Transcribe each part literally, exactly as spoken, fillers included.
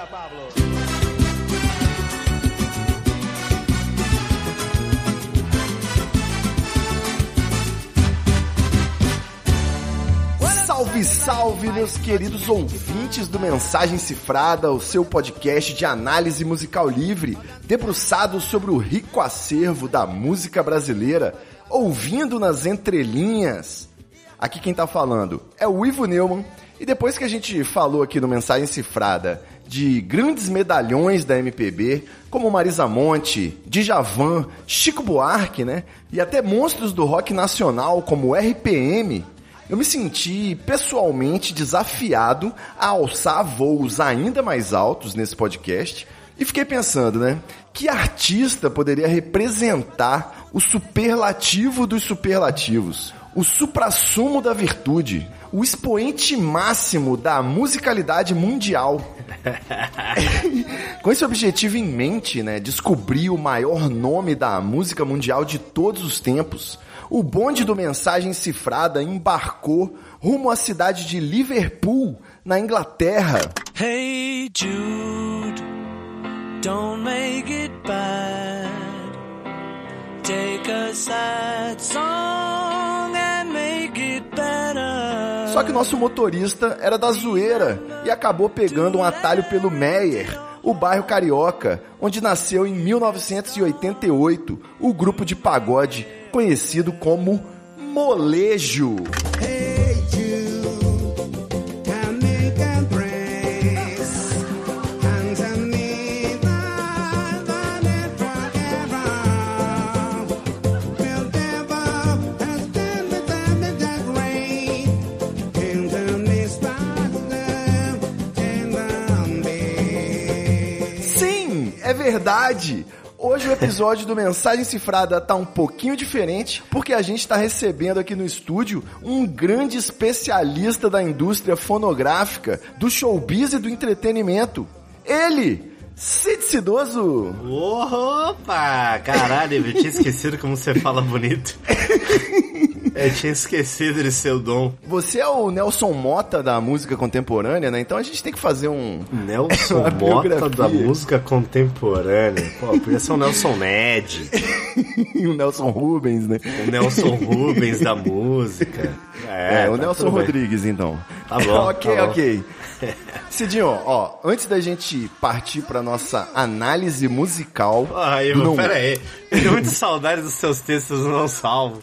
Pablo. Salve, salve, meus queridos ouvintes do Mensagem Cifrada, o seu podcast de análise musical livre, debruçado sobre o rico acervo da música brasileira, ouvindo nas entrelinhas. Aqui quem tá falando é o Ivo Neumann, e depois que a gente falou aqui no Mensagem Cifrada de grandes medalhões da M P B, como Marisa Monte, Djavan, Chico Buarque, né? E até monstros do rock nacional como R P M, eu me senti pessoalmente desafiado a alçar voos ainda mais altos nesse podcast e fiquei pensando, né? Que artista poderia representar o superlativo dos superlativos, o suprassumo da virtude, o expoente máximo da musicalidade mundial? Com esse objetivo em mente, né? Descobrir o maior nome da música mundial de todos os tempos, o bonde do Mensagem Cifrada embarcou rumo à cidade de Liverpool, na Inglaterra. Hey Jude, don't make it bad. Take a sad song and make it better. Só que o nosso motorista era da zoeira e acabou pegando um atalho pelo Meyer, o bairro carioca, onde nasceu em mil novecentos e oitenta e oito o grupo de pagode conhecido como Molejo. Sim, é verdade! Hoje o episódio do Mensagem Cifrada tá um pouquinho diferente, porque a gente tá recebendo aqui no estúdio um grande especialista da indústria fonográfica, do showbiz e do entretenimento. Ele, Cid Cidoso. Opa! Caralho, eu tinha esquecido como você fala bonito. Eu tinha esquecido de seu dom. Você é o Nelson Motta da música contemporânea, né? Então a gente tem que fazer um... Nelson Motta da música contemporânea. Pô, podia ser o Nelson Ned. E o Nelson Rubens, né? O Nelson Rubens da música. É, é o tá Nelson Rodrigues, bem. Então. Tá bom, ok, tá bom. ok. Cidinho, ó, antes da gente partir pra nossa análise musical... Ah, Ivo, não... pera aí. Tenho muita saudade dos seus textos não salvo.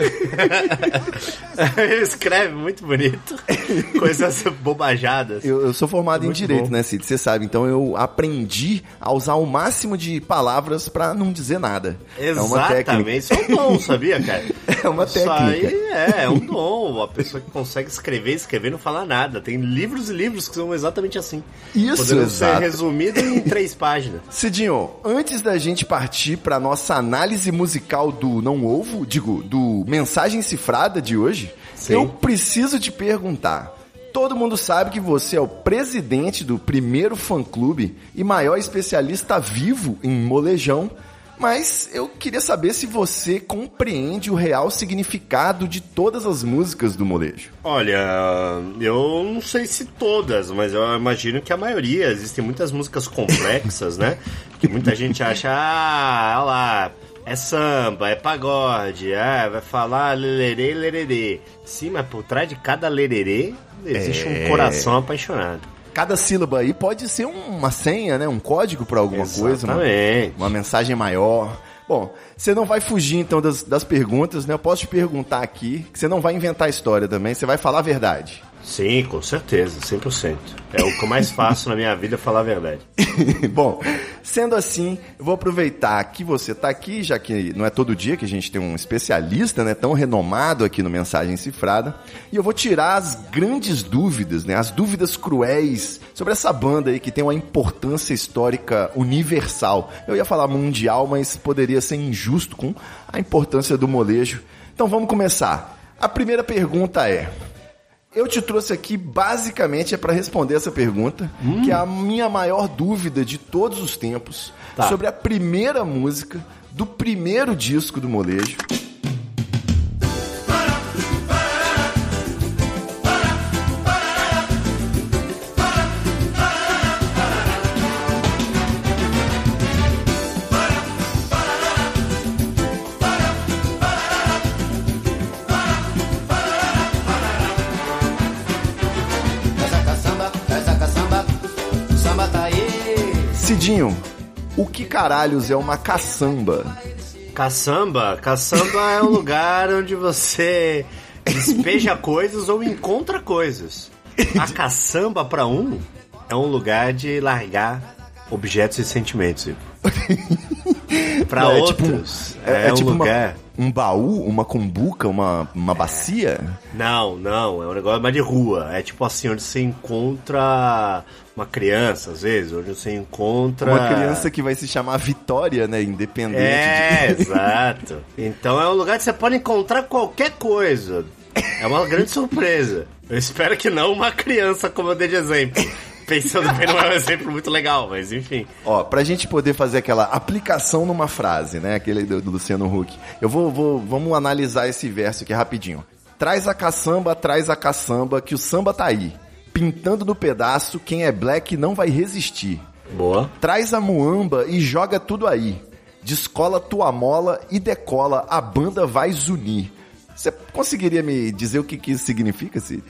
Ele escreve muito bonito. Coisas bobajadas. Eu, eu sou formado muito em Direito, bom. né, Cid? Você sabe. Então eu aprendi a usar o máximo de palavras pra não dizer nada. Exatamente. É uma técnica. Isso é um dom, sabia, cara? É uma técnica. Isso aí é, é um dom. A pessoa que consegue escrever, escrever e não falar nada. Tem livros e livros que são exatamente assim. Isso, podendo exato. ser resumido em três páginas. Cidinho, antes da gente partir pra nossa análise musical do Não Ovo, digo, do Mensagem Cifrada de hoje, Sim. eu preciso te perguntar. Todo mundo sabe que você é o presidente do primeiro fã-clube e maior especialista vivo em molejão, mas eu queria saber se você compreende o real significado de todas as músicas do molejo. Olha, eu não sei se todas, mas eu imagino que a maioria. Existem muitas músicas complexas, né? Que muita gente acha, ah, olha lá, é samba, é pagode, ah, vai falar lererê, lererê. Sim, mas por trás de cada lererê existe é... um coração apaixonado. Cada sílaba aí pode ser uma senha, né? Um código para alguma Exatamente. coisa, uma, uma mensagem maior. Bom, você não vai fugir então das, das perguntas, né? Eu posso te perguntar aqui, que você não vai inventar história também, você vai falar a verdade. Sim, com certeza, cem por cento. É o que eu mais faço na minha vida, falar a verdade. Bom, sendo assim, eu vou aproveitar que você está aqui, já que não é todo dia que a gente tem um especialista, né, tão renomado aqui no Mensagem Cifrada, e eu vou tirar as grandes dúvidas, né, as dúvidas cruéis sobre essa banda aí que tem uma importância histórica universal. Eu ia falar mundial, mas poderia ser injusto com a importância do molejo. Então vamos começar. A primeira pergunta é... Eu te trouxe aqui basicamente é para responder essa pergunta, hum. que é a minha maior dúvida de todos os tempos, tá. sobre a primeira música do primeiro disco do molejo. Cidinho, o que caralhos é uma caçamba? Caçamba? Caçamba é um lugar onde você despeja coisas ou encontra coisas. A caçamba, pra um, é um lugar de largar objetos e sentimentos. Pra Não, outros, é tipo, um, é, é, é um tipo lugar... Uma, um baú, uma cumbuca, uma, uma bacia? Não, não, é um negócio mais de rua. É tipo assim, onde você encontra uma criança, às vezes, onde você encontra... Uma criança que vai se chamar Vitória, né, independente. É, de... exato. Então é um lugar que você pode encontrar qualquer coisa. É uma grande surpresa. Eu espero que não uma criança, como eu dei de exemplo. Pensando bem, não é um exemplo muito legal, mas enfim. Ó, pra gente poder fazer aquela aplicação numa frase, né? Aquele do, do Luciano Huck. Eu vou, vou, vamos analisar esse verso aqui rapidinho. Traz a caçamba, traz a caçamba, que o samba tá aí. Pintando no pedaço, quem é black não vai resistir. Boa. Traz a muamba e joga tudo aí. Descola tua mola e decola, a banda vai zunir. Você conseguiria me dizer o que, que isso significa, Cid?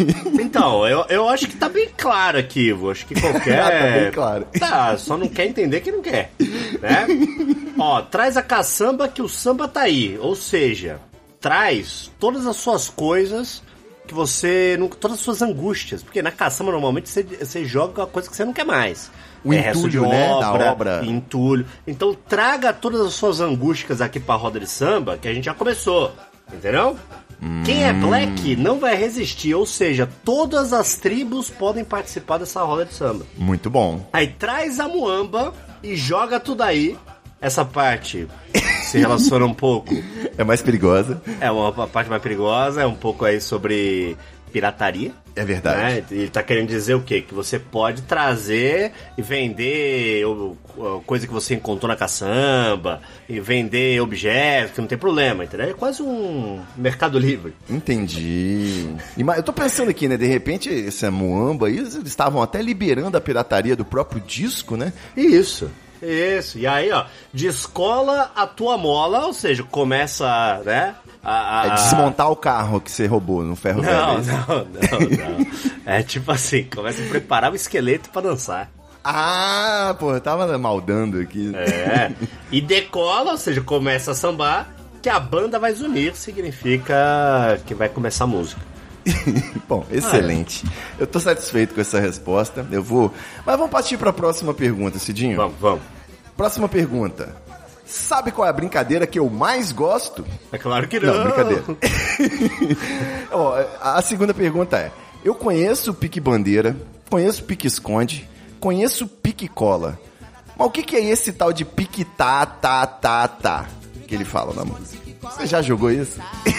Então, eu, eu acho que tá bem claro aqui, Ivo. Acho que qualquer... Ah, tá bem claro. Tá, só não quer entender que não quer, né? Ó, traz a caçamba que o samba tá aí. Ou seja, traz todas as suas coisas que você... Não, todas as suas angústias. Porque na caçamba, normalmente, você, você joga uma coisa que você não quer mais. O é entulho, resto de né, obra, da obra. Entulho. Então, traga todas as suas angústias aqui pra roda de samba, que a gente já começou. Entendeu? Hum. Quem é black não vai resistir, ou seja, todas as tribos podem participar dessa roda de samba. Muito bom. Aí traz a muamba e joga tudo aí. Essa parte se relaciona um pouco. É mais perigosa. É uma, uma parte mais perigosa, é um pouco aí sobre pirataria. É verdade. Né? Ele tá querendo dizer o quê? Que você pode trazer e vender ou, ou, coisa que você encontrou na caçamba, e vender objetos, que não tem problema, entendeu? É quase um mercado livre. Entendi. Eu tô pensando aqui, né? De repente, essa muamba aí, eles estavam até liberando a pirataria do próprio disco, né? Isso. Isso, e aí, ó, descola a tua mola, ou seja, começa, né? A, a... É desmontar o carro que você roubou no ferro velho. Não, não, não, não. É tipo assim, começa a preparar o esqueleto pra dançar. Ah, pô, eu tava maldando aqui. É, e decola, ou seja, começa a sambar, que a banda vai zunir, significa que vai começar a música. Bom, excelente. Ah, é. Eu tô satisfeito com essa resposta. Eu vou. Mas vamos partir para a próxima pergunta, Cidinho. Vamos, vamos. Próxima pergunta. Sabe qual é a brincadeira que eu mais gosto? É claro que não. Não, brincadeira. Ó, a segunda pergunta é: eu conheço pique-bandeira, conheço pique-esconde, conheço pique-cola. Mas o que, que é esse tal de pique-tá, tá, tá, tá? Que ele fala na música. Você já jogou isso?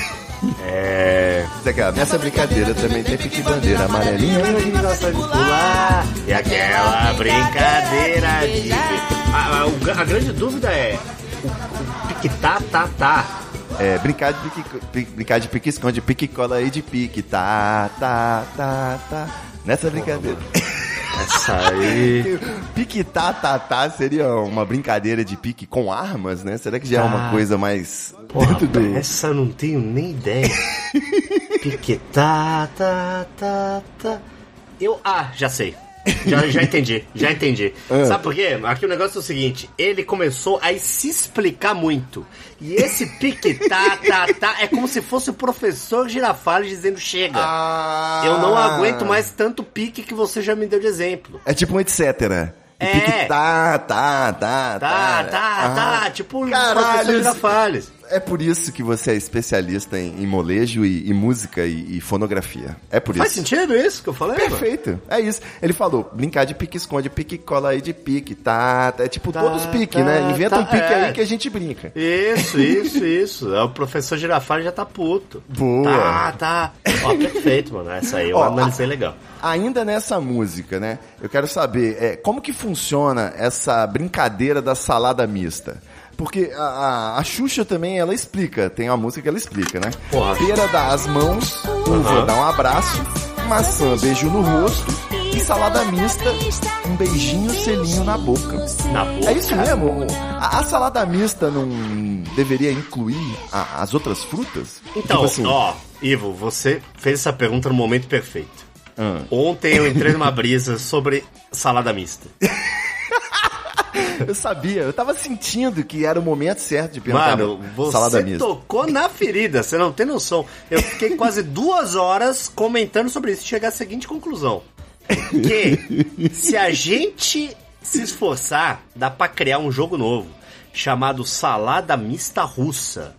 É... Nessa brincadeira também tem pique-bandeira amarelinha e gosta de pular. E aquela brincadeira de... A, a, a grande dúvida é o, o pique-tá, tá, tá. É, brincar de pique, brincar de pique-esconde, pique-cola aí de pique, tá, tá, tá, tá. Nessa brincadeira. Essa aí... Pique tá, tá, tá seria uma brincadeira de pique com armas, né? Será que já ah, é uma coisa mais... Porra, do... essa eu não tenho nem ideia. Pique tá, tá, tá, tá... Eu... Ah, já sei. Já, já entendi, já entendi. Ah. Sabe por quê? Aqui o negócio é o seguinte, ele começou a se explicar muito. E esse pique tá, tá, tá, é como se fosse o professor Girafales dizendo, chega, ah. eu não aguento mais tanto pique que você já me deu de exemplo. É tipo um etc. É. Pique tá, tá, tá, tá. Tá, tá, ah. tá, tipo o Caralho, professor Girafales. É por isso que você é especialista em, em molejo e, e música e, e fonografia. É por Faz isso. Faz sentido isso que eu falei? Perfeito. Mano? É isso. Ele falou, brincar de pique-esconde, pique-cola aí de pique, tá, tá. É tipo tá, todos pique, tá, né? Inventa tá, um pique é. aí que a gente brinca. Isso, isso, isso. É o professor Girafales já tá puto. Boa. Tá, tá. Ó, perfeito, mano. Essa aí eu Ó, analisei a, legal. Ainda nessa música, né? Eu quero saber, é, como que funciona essa brincadeira da salada mista? Porque a, a, a Xuxa também, ela explica, tem uma música que ela explica, né? Porra. Pera dá as mãos, uva uhum. dá um abraço, maçã beijo no rosto e salada mista, um beijinho, selinho na boca. Na boca? É isso mesmo? A, a salada mista não deveria incluir a, as outras frutas? Então, tipo assim, ó, Ivo, você fez essa pergunta no momento perfeito. Hum. Ontem eu entrei numa brisa sobre salada mista. Eu sabia, eu tava sentindo que era o momento certo de perguntar. Mano, você tocou na ferida, você não tem noção. Eu fiquei quase duas horas comentando sobre isso e cheguei à seguinte conclusão. Que se a gente se esforçar, dá pra criar um jogo novo chamado Salada Mista Russa.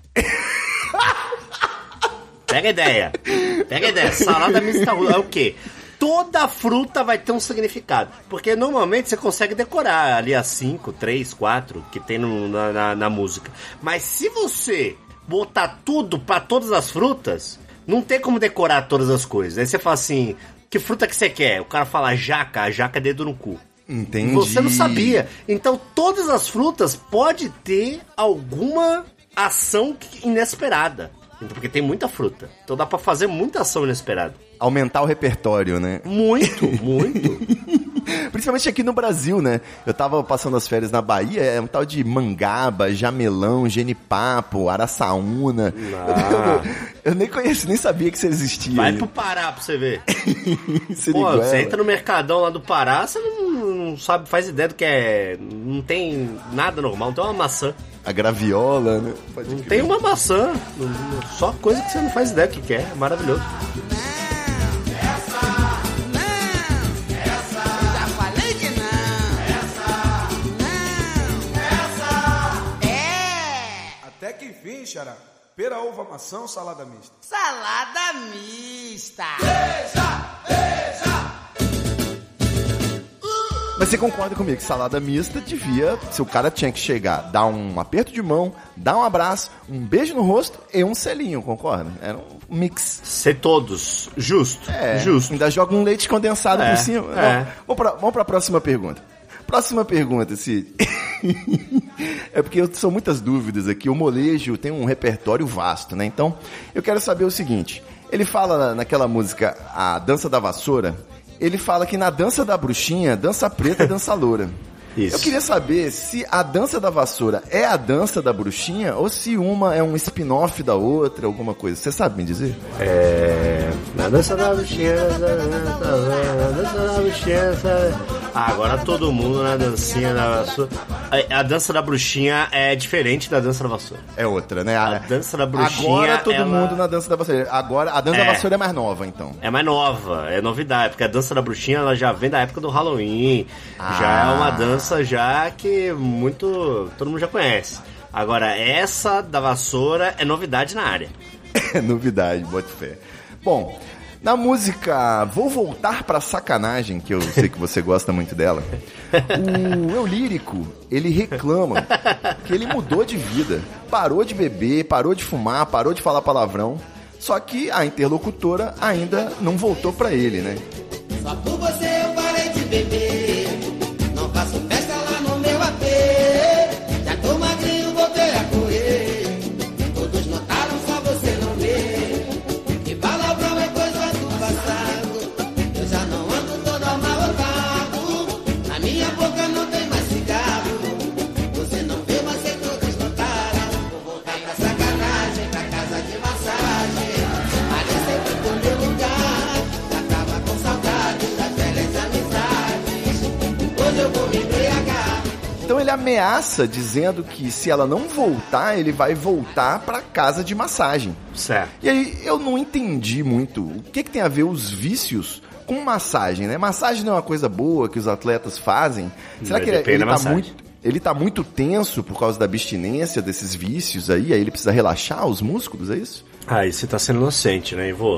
Pega a ideia. Pega a ideia. Salada Mista Russa é o quê? Toda fruta vai ter um significado. Porque normalmente você consegue decorar ali as cinco, três, quatro que tem no, na, na, na música. Mas se você botar tudo pra todas as frutas, não tem como decorar todas as coisas. Aí você fala assim, que fruta que você quer? O cara fala jaca, a jaca é dedo no cu. Entendi. Você não sabia. Então todas as frutas pode ter alguma ação inesperada. Porque tem muita fruta. Então dá pra fazer muita ação inesperada. Aumentar o repertório, né? Muito, muito. Principalmente aqui no Brasil, né? Eu tava passando as férias na Bahia, é um tal de mangaba, jamelão, genipapo, araçaúna. Ah. Eu, eu nem conheço, nem sabia que isso existia. Vai pro Pará pra você ver. Pô, você entra no Mercadão lá do Pará, você não, não sabe, faz ideia do que é. Não tem nada normal, não tem uma maçã. A graviola, né? Pode não crer. Tem uma maçã, só coisa que você não faz ideia do que é, é maravilhoso. Até que enfim, Xará. Pera, uva, maçã, salada mista? Salada mista! Beija, beija! Mas você concorda comigo que salada mista devia... Se o cara tinha que chegar, dar um aperto de mão, dar um abraço, um beijo no rosto e um selinho, concorda? Era um mix. Ser todos. Justo. É, justo. Ainda joga um leite condensado é, por cima. É. Não, vamos, pra, vamos pra próxima pergunta. Próxima pergunta, Cid. É porque eu, são muitas dúvidas aqui. O molejo tem um repertório vasto, né? Então, eu quero saber o seguinte. Ele fala naquela música, A Dança da Vassoura, ele fala que na dança da bruxinha, dança preta, dança loura. Isso. Eu queria saber se a dança da vassoura é a dança da bruxinha ou se uma é um spin-off da outra, alguma coisa. Você sabe me dizer? É... Na dança da bruxinha, na dança da bruxinha... Ah, agora todo mundo na dancinha da vassoura... A dança da bruxinha é diferente da dança da vassoura. É outra, né? A, a dança da bruxinha... Agora todo ela... mundo na dança da vassoura. Agora a dança é. da vassoura é mais nova, então. É mais nova, é novidade. Porque a dança da bruxinha ela já vem da época do Halloween. Ah. Já é uma dança já que muito todo mundo já conhece. Agora, essa da vassoura é novidade na área. É novidade, bote fé. Bom, na música Vou Voltar Pra Sacanagem, que eu sei que você gosta muito dela, o eu lírico, ele reclama que ele mudou de vida. Parou de beber, parou de fumar, parou de falar palavrão. Só que a interlocutora ainda não voltou pra ele, né? Só por você eu parei de beber. Não faço festa lá no meu A P. Já tô magrinho, voltei a correr. Todos notaram, só você não vê. Que palavrão é coisa do passado. Eu já não ando todo amarrotado. Na minha boca não tem mais cigarro. Você não vê, mas sei todos notaram. Vou voltar pra sacanagem, pra casa de massagem. Ali sempre foi meu lugar. Já tava com saudade das velhas amizades. Hoje eu vou me embriagar. Então ele ameaça dizendo que se ela não voltar, ele vai voltar pra casa de massagem. Certo. E aí eu não entendi muito o que, que tem a ver os vícios com massagem, né? Massagem não é uma coisa boa que os atletas fazem. Será que ele, ele tá muito, ele tá muito tenso por causa da abstinência desses vícios aí? Aí ele precisa relaxar os músculos, é isso? Aí você tá sendo inocente, né, Ivo?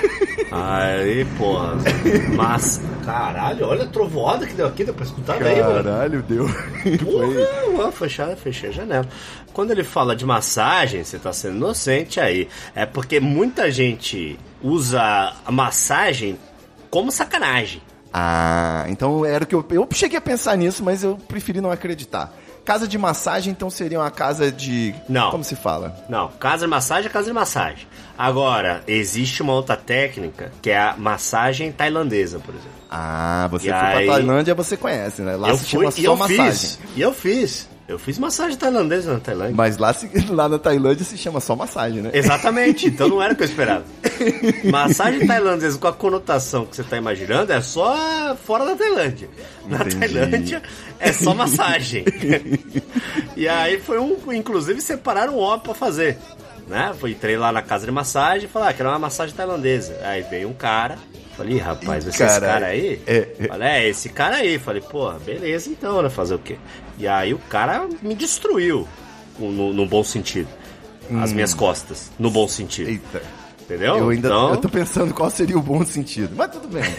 Aí, porra. Mas, caralho, olha a trovoada que deu aqui, deu pra escutar daí, mano. Caralho, deu. Porra, fechei, fechei a janela. Quando ele fala de massagem, você tá sendo inocente aí. É porque muita gente usa a massagem como sacanagem. Ah, então era o que eu... Eu cheguei a pensar nisso, mas eu preferi não acreditar. Casa de massagem, então, seria uma casa de... Não. Como se fala? Não, casa de massagem é casa de massagem. Agora, existe uma outra técnica, que é a massagem tailandesa, por exemplo. Ah, você e foi aí... pra Tailândia, você conhece, né? Lá eu se fui, chama e só eu massagem. Fiz, e eu fiz. Eu fiz massagem tailandesa na Tailândia. Mas lá, se- lá na Tailândia se chama só massagem, né? Exatamente, então não era o que eu esperava. Massagem tailandesa com a conotação que você tá imaginando é só fora da Tailândia. Na Entendi. Tailândia é só massagem. E aí foi um... Inclusive separaram um homem pra fazer. Né? Foi, entrei lá na casa de massagem e falei, ah, quero uma massagem tailandesa. Aí veio um cara... Falei, rapaz, vai ser esse cara aí? É, é. Falei, é, esse cara aí. Falei, porra, beleza então, né? Fazer o quê? E aí o cara me destruiu, no, no bom sentido. As minhas costas, no bom sentido. Eita. Entendeu? Eu ainda então... eu tô pensando qual seria o bom sentido, mas tudo bem.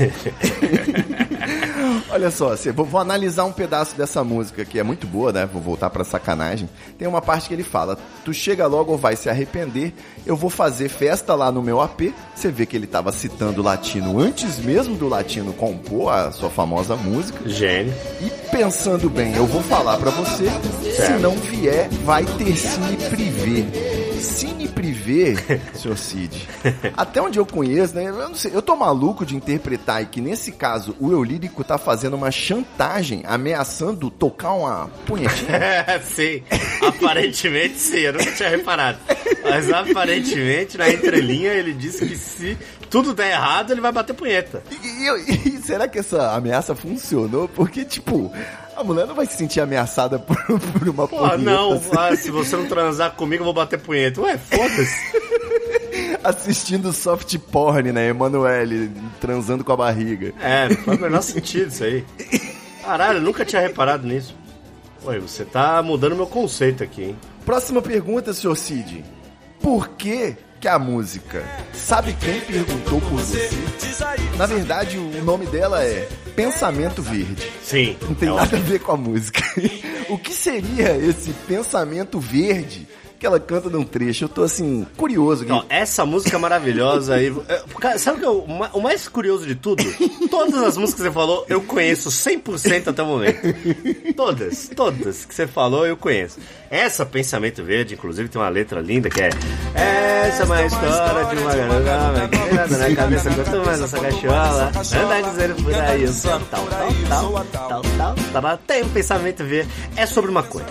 Olha só, cê, vou, vou analisar um pedaço dessa música que é muito boa, né? Vou voltar pra sacanagem. Tem uma parte que ele fala: tu chega logo ou vai se arrepender, eu vou fazer festa lá no meu A P. Você vê que ele tava citando o Latino antes mesmo do Latino compor a sua famosa música. Gênio. E pensando bem, eu vou falar pra você, se não vier, vai ter Cine Privé. Cine Privé, senhor Cid, até onde eu conheço, né? Eu não sei, eu tô maluco de interpretar e que nesse caso o eu lírico tá fazendo uma chantagem, ameaçando tocar uma punhetinha. Sim, aparentemente sim, eu nunca tinha reparado. Mas aparentemente, na entrelinha, ele disse que se tudo der errado, ele vai bater punheta. E, e eu- e será que essa ameaça funcionou? Porque, tipo, a mulher não vai se sentir ameaçada por, por uma Porra, punheta. não, assim, ah, se você não transar comigo, eu vou bater punheta. Ué, foda-se. assistindo soft porn, né? Emanuele transando com a barriga. É, não faz o menor sentido isso aí. Caralho, eu nunca tinha reparado nisso. Ué, você tá mudando meu conceito aqui, hein? Próxima pergunta, senhor Cid. Por que que a música Sabe Quem Perguntou Por Você? Na verdade, o nome dela é Pensamento Verde. Sim. Não tem é nada ótimo. a ver com a música. O que seria esse pensamento verde que ela canta num trecho? Eu tô, assim, curioso. Não, essa música maravilhosa aí. é, cara, sabe o que é o ma- o mais curioso de tudo? Todas as músicas que você falou, eu conheço cem por cento até o momento. Todas, todas que você falou, eu conheço. Essa Pensamento Verde, inclusive, tem uma letra linda que é: essa é uma história de uma garota que tem nada na cabeça, quanto mais essa cachola. Anda dizendo por aí, eu sou tal, tal, tal, tal, tal, tal. Tem um pensamento verde. É sobre maconha.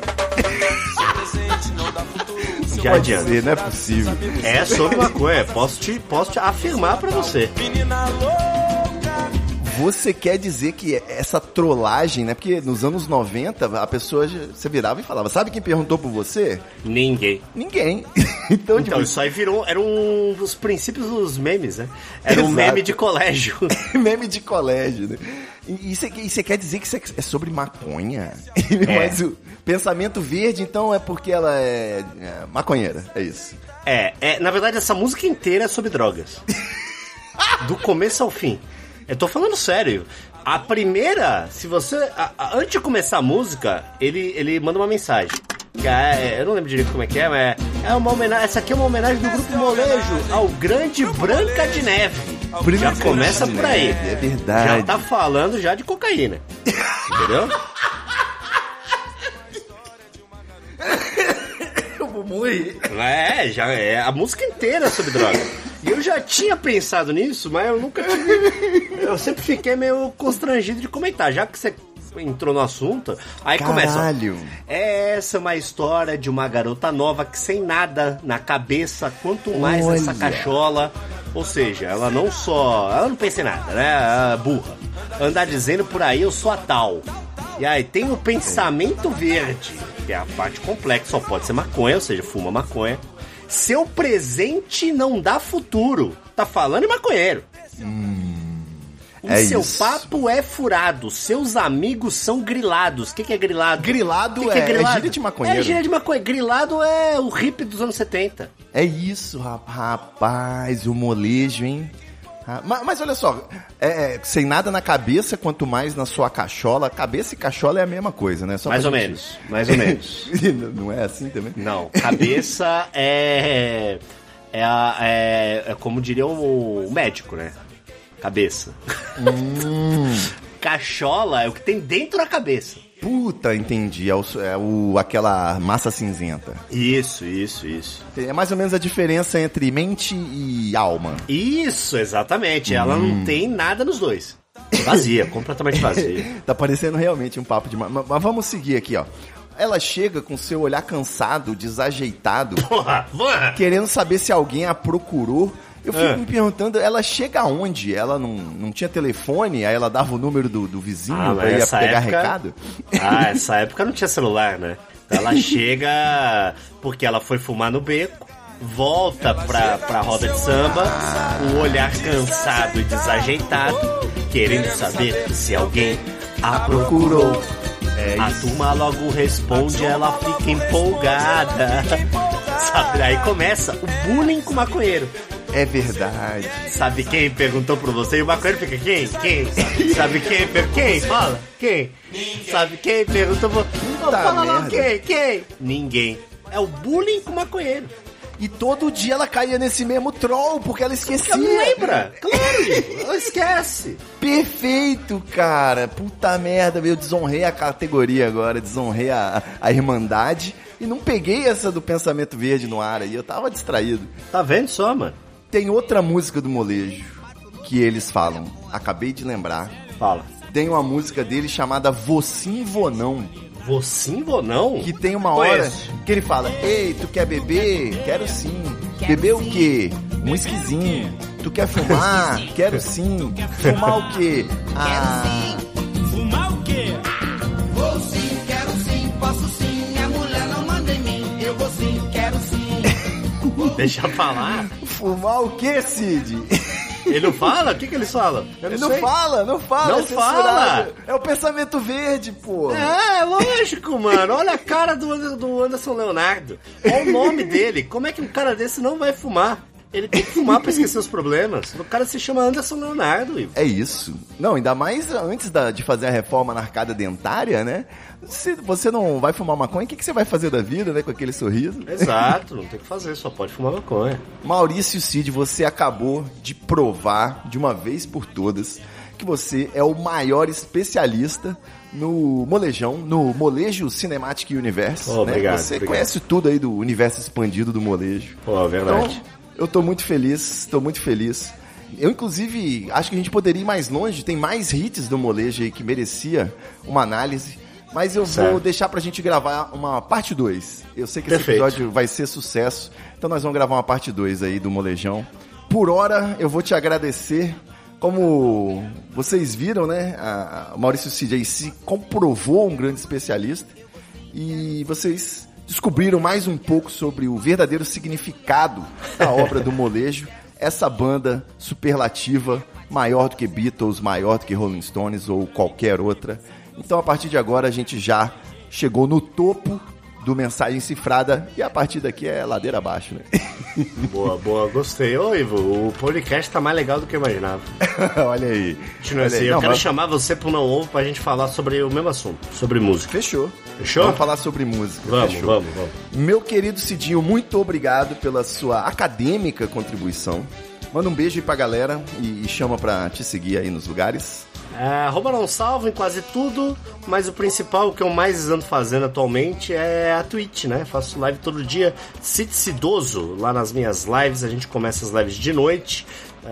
Já Pode adianta. ser, não é possível. É sobre maconha, posso te, posso te afirmar pra você. Você quer dizer que essa trollagem, né? Porque nos anos noventa, a pessoa, já- você virava e falava, sabe quem perguntou por você? Ninguém. Ninguém. Então, Então, tipo, isso aí virou, era um dos princípios dos memes, né? Era um Exato. meme de colégio. meme de colégio, né? E e você e você quer dizer que isso é- é sobre maconha? É. Mas o pensamento verde, então, é porque ela é, é maconheira, é isso. É, é, na verdade, essa música inteira é sobre drogas. Do começo ao fim. Eu tô falando sério. A primeira, se você... a- a- antes de começar a música, ele, ele manda uma mensagem. Que é, eu não lembro direito como é que é, mas é uma homenagem. Essa aqui é uma homenagem do grupo Molejo ao grande Branca de Neve. Já começa por aí. É verdade. Já tá falando já de cocaína. Entendeu? Eu vou morrer. É, já é a música inteira é sobre droga. E eu já tinha pensado nisso, mas eu nunca tive. Eu sempre fiquei meio constrangido de comentar, já que você entrou no assunto, aí começa. Caralho. Essa é uma história de uma garota nova que sem nada na cabeça, quanto mais Olha. essa cachola. Ou seja, ela não só. Ela não pensa em nada, né? Ela é burra. Andar dizendo por aí, eu sou a tal. E aí tem o pensamento verde, que é a parte complexa, só pode ser maconha, ou seja, fuma maconha. Seu presente não dá futuro. Tá falando em maconheiro. O é seu isso. papo é furado. Seus amigos são grilados. O que, que é grilado? Grilado Que que é- é gíria de maconheiro. É gíria de maconha. Grilado é o hippie dos anos setenta. É isso, rap- rapaz, o molejo, hein? Ah, Mas, mas olha só, é, é, sem nada na cabeça, quanto mais na sua cachola. Cabeça e cachola é a mesma coisa, né? Só Mais pra ou gente- menos. Mais ou menos. Não é assim também? Não, cabeça é, é, a- é, é como diria o, o médico, né? Cabeça. Cachola é o que tem dentro da cabeça. Puta, entendi. É, o, é o, aquela massa cinzenta. Isso, isso, isso. É mais ou menos a diferença entre mente e alma. Isso, exatamente. Ela não tem nada nos dois. Vazia, completamente vazia. Tá parecendo realmente um papo de... ma- ma- Mas vamos seguir aqui, ó. ela chega com seu olhar cansado, desajeitado, Porra, porra. querendo saber se alguém a procurou. Eu fico É. me perguntando, ela chega aonde? Ela não, não tinha telefone, aí ela dava o número do, do vizinho Ah, pra mas ir essa pegar época- recado? Ah, essa época não tinha celular, né? Então ela chega porque ela foi fumar no beco, volta pra, pra roda de samba, o olhar cansado e desajeitado, querendo saber se alguém a procurou. É A isso. turma logo responde, ela fica empolgada. Sabe, aí começa o bullying com o maconheiro. É verdade. Sabe quem perguntou pra você? E o maconheiro fica, quem? Quem? Sabe quem? Per- Quem? Fala. Quem? Sabe quem? Perguntou pra você. Fala lá, merda. quem? Quem? Ninguém. É o bullying com o maconheiro. E todo dia ela caía nesse mesmo troll, porque ela esquecia. Ela não lembra? Claro, ela esquece. Perfeito, cara. Puta merda, eu desonrei a categoria agora, desonrei a, a irmandade e não peguei essa do pensamento verde no ar aí, eu tava distraído. Tá vendo só, mano? Tem outra música do molejo que eles falam, acabei de lembrar. Fala. Tem uma música dele chamada Vocim Vonão, Você ou não? que tem uma hora Conheço. que ele fala: ei, tu quer beber? Quero sim. Beber o quê? Um whiskyzinho. Tu quer fumar? Quero sim. Fumar o quê? Ah, Fumar o quê? Vou sim, quero sim, posso sim. Minha mulher não manda em mim. Eu vou sim, quero sim. Deixa eu falar. fumar o quê, Cid? Ele não fala? O que que eles falam? Eu Ele não sei. fala, não fala. Não é censurado. fala. É o pensamento verde, pô. É, lógico, mano. Olha a cara do, do Anderson Leonardo. Olha o nome dele. Como é que um cara desse não vai fumar? Ele tem que fumar pra esquecer os problemas. O cara se chama Anderson Leonardo, Ivo. É isso. Não, ainda mais antes da- de fazer a reforma na arcada dentária, né? Se você não vai fumar maconha, o que, que você vai fazer da vida, né? Com aquele sorriso. Exato, não tem o que fazer, só pode fumar maconha. Maurício Cid, você acabou de provar de uma vez por todas que você é o maior especialista no molejão, no Molejo Cinematic Universe. Oh, né? obrigado, Você obrigado. conhece tudo aí do universo expandido do molejo. Pô, verdade. Então, eu tô muito feliz, estou muito feliz. Eu, inclusive, acho que a gente poderia ir mais longe, tem mais hits do molejo aí que merecia uma análise, mas eu vou Certo. deixar pra gente gravar uma parte dois. Eu sei que esse Perfeito. episódio vai ser sucesso, então nós vamos gravar uma parte dois aí do molejão. Por hora, eu vou te agradecer. Como vocês viram, né, a a Maurício Cid aí se comprovou um grande especialista e vocês descobriram mais um pouco sobre o verdadeiro significado da obra do molejo, essa banda superlativa, maior do que Beatles, maior do que Rolling Stones ou qualquer outra. Então, a partir de agora, a gente já chegou no topo do Mensagem Cifrada e a partir daqui é ladeira abaixo, né? Boa, boa, gostei. Ô, Ivo, o podcast tá mais legal do que eu imaginava. Olha aí. Continua Olha assim, aí. eu Não, quero mas- chamar você pro Não Ovo pra gente falar sobre o mesmo assunto, sobre música. Fechou. Fechou? Vamos falar sobre música. Vamos, Fechou. vamos, vamos. Meu querido Cidinho, muito obrigado pela sua acadêmica contribuição. Manda um beijo aí pra galera e, e chama pra te seguir aí nos lugares. É, arroba não salvo em quase tudo, mas o principal, o que eu mais ando fazendo atualmente é a Twitch, né? Faço live todo dia, Cid Cidoso, lá nas minhas lives, a gente começa as lives de noite,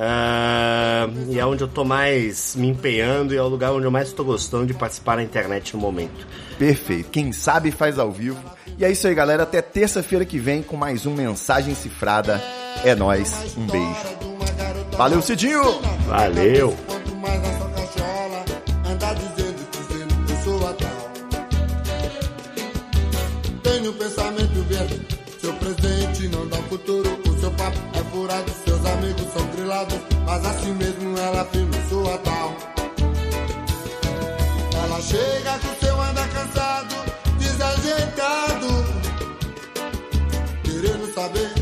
é, e é onde eu tô mais me empenhando e é o lugar onde eu mais tô gostando de participar na internet no momento. Perfeito. Quem sabe faz ao vivo. E é isso aí, galera. Até terça-feira que vem com mais um Mensagem Cifrada. É nóis. Um beijo. Valeu, Cidinho! Valeu! Quanto mais a sua cachola anda dizendo, dizendo que eu sou a tal. Tenho um pensamento verde, seu presente não dá futuro. O seu papo é furado, seus amigos são grilados, mas assim mesmo ela afirma, eu sou a tal. Ela chega com seu anda cansado, desajeitado, querendo saber